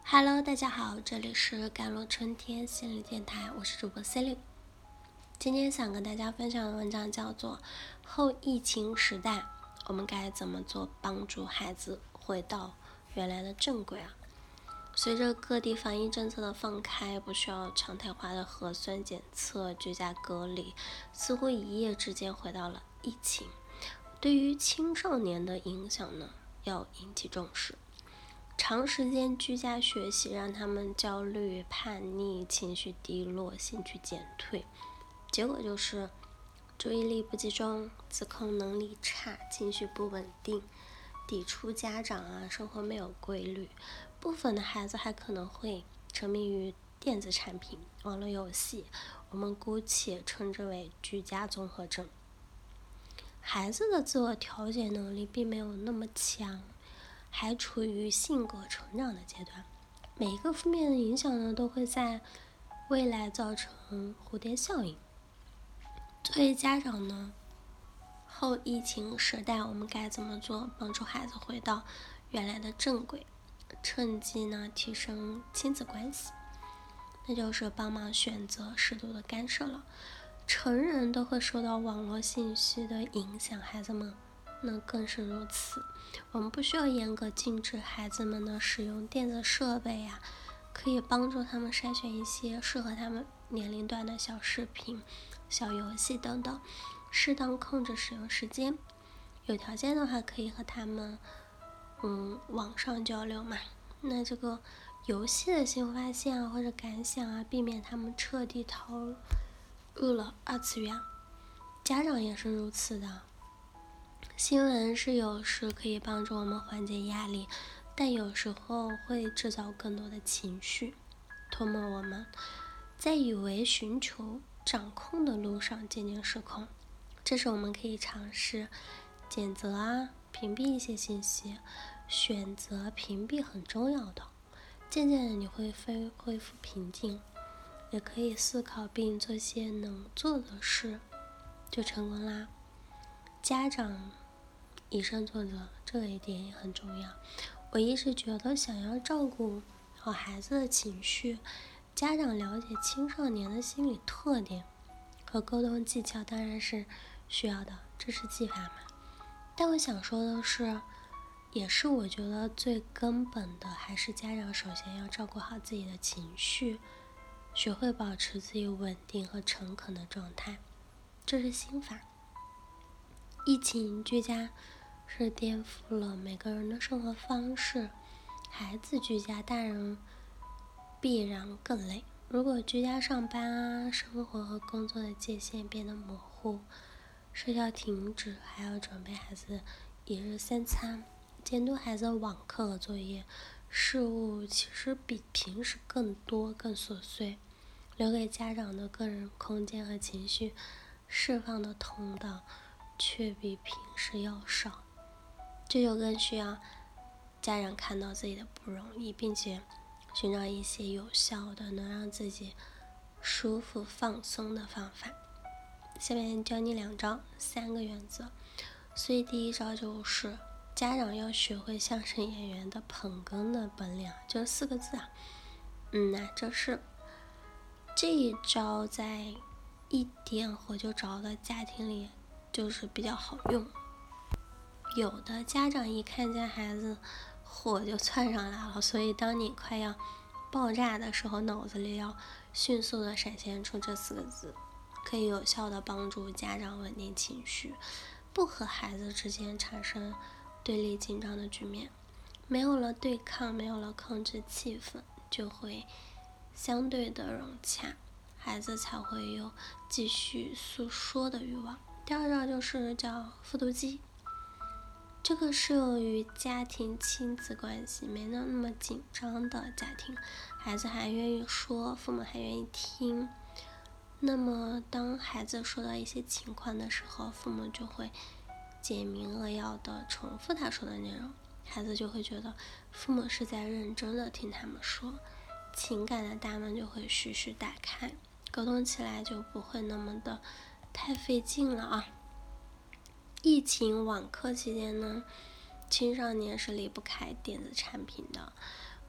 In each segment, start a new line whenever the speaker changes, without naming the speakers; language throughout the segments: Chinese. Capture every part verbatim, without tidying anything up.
Hello，大家好，这里是甘露春天心理电台，我是主播 C 六。今天想跟大家分享的文章叫做《后疫情时代，我们该怎么做帮助孩子回到原来的正轨啊》。随着各地防疫政策的放开，不需要常态化的核酸检测、居家隔离，似乎一夜之间回到了疫情。对于青少年的影响呢，要引起重视。长时间居家学习让他们焦虑、叛逆、情绪低落、兴趣减退，结果就是注意力不集中、自控能力差、情绪不稳定、抵触家长啊，生活没有规律。部分的孩子还可能会沉迷于电子产品、网络游戏，我们姑且称之为居家综合症。孩子的自我调节能力并没有那么强，还处于性格成长的阶段，每一个负面的影响呢，都会在未来造成蝴蝶效应。作为家长呢，后疫情时代我们该怎么做，帮助孩子回到原来的正轨，趁机呢提升亲子关系？那就是帮忙选择适度的干涉了。成人都会受到网络信息的影响，孩子们那更是如此。我们不需要严格禁止孩子们的使用电子设备呀、啊，可以帮助他们筛选一些适合他们年龄段的小视频、小游戏等等，适当控制使用时间。有条件的话，可以和他们嗯网上交流嘛。那这个游戏的新发现啊或者感想啊，避免他们彻底逃入了二次元。家长也是如此的。新闻是有时可以帮助我们缓解压力，但有时候会制造更多的情绪，拖磨我们，在以为寻求掌控的路上渐渐失控。这时我们可以尝试检责啊，屏蔽一些信息，选择屏蔽很重要的。渐渐的你会恢复平静，也可以思考并做些能做的事，就成功啦。家长以身作则，这个一点也很重要。我一直觉得，想要照顾好孩子的情绪，家长了解青少年的心理特点和沟通技巧当然是需要的，这是技法嘛。但我想说的是，也是我觉得最根本的，还是家长首先要照顾好自己的情绪，学会保持自己稳定和诚恳的状态，这是心法。疫情居家是颠覆了每个人的生活方式，孩子居家，大人必然更累。如果居家上班啊，生活和工作的界限变得模糊，社交停止，还要准备孩子一日三餐，监督孩子网课和作业，事务其实比平时更多更琐碎，留给家长的个人空间和情绪释放的通道却比平时要少，这就更需要家长看到自己的不容易，并且寻找一些有效的能让自己舒服放松的方法。下面教你两招，三个原则。所以第一招就是家长要学会相声演员的捧哏的本领，就四个字啊，嗯那这是这一招在一点火就着的家庭里就是比较好用。有的家长一看见孩子火就窜上来了，所以当你快要爆炸的时候，脑子里要迅速的闪现出这四个字，可以有效的帮助家长稳定情绪，不和孩子之间产生对立紧张的局面。没有了对抗，没有了控制气氛，就会相对的融洽，孩子才会有继续诉说的欲望。第二招就是叫复读机，这个适用于家庭亲子关系没那么紧张的家庭，孩子还愿意说，父母还愿意听。那么当孩子说到一些情况的时候，父母就会简明扼要的重复他说的内容，孩子就会觉得父母是在认真的听他们说，情感的大门就会徐徐打开，沟通起来就不会那么的太费劲了啊。疫情网课期间呢，青少年是离不开电子产品的，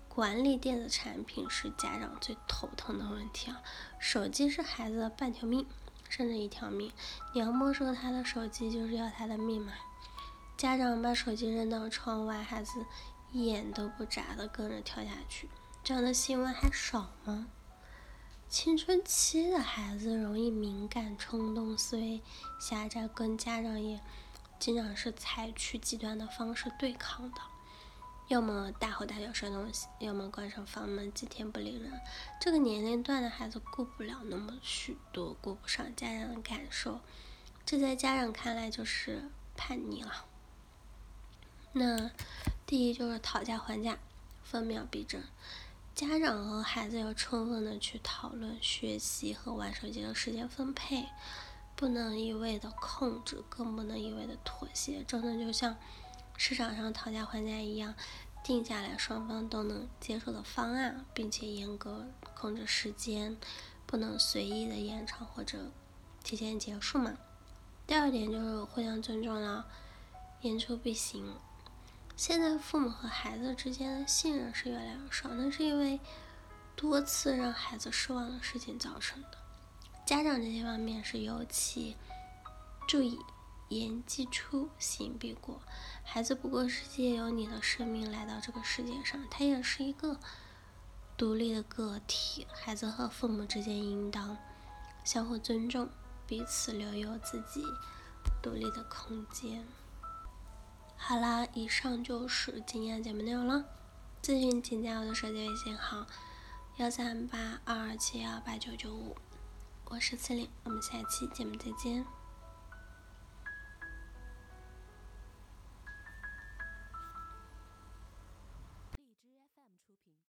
管理电子产品是家长最头疼的问题啊！手机是孩子的半条命，甚至一条命。你要没收他的手机，就是要他的命嘛。家长把手机扔到窗外，孩子眼都不眨的跟着跳下去，这样的新闻还少吗？青春期的孩子容易敏感冲动，思维狭窄，跟家长也经常是采取极端的方式对抗的，要么大吼大叫摔东西，要么关上房门几天不理人。这个年龄段的孩子顾不了那么许多，顾不上家长的感受，这在家长看来就是叛逆了。那第一就是讨价还价，分秒必争。家长和孩子要充分的去讨论学习和玩手机的时间分配，不能一味的控制，更不能一味的妥协，真的就像市场上讨价还价一样，定下来双方都能接受的方案，并且严格控制时间，不能随意的延长或者提前结束嘛。第二点就是互相尊重了，言出必行。现在父母和孩子之间的信任是越来越少，那是因为多次让孩子失望的事情造成的。家长这些方面是尤其注意言既出，行必果。孩子不过是借由你的生命来到这个世界上，他也是一个独立的个体。孩子和父母之间应当相互尊重，彼此留有自己独立的空间。好啦，以上就是今天的节目内容了。咨询请加我的手机微信号幺三八二二七幺八九九五，我是刺玲，我们下期节目再见。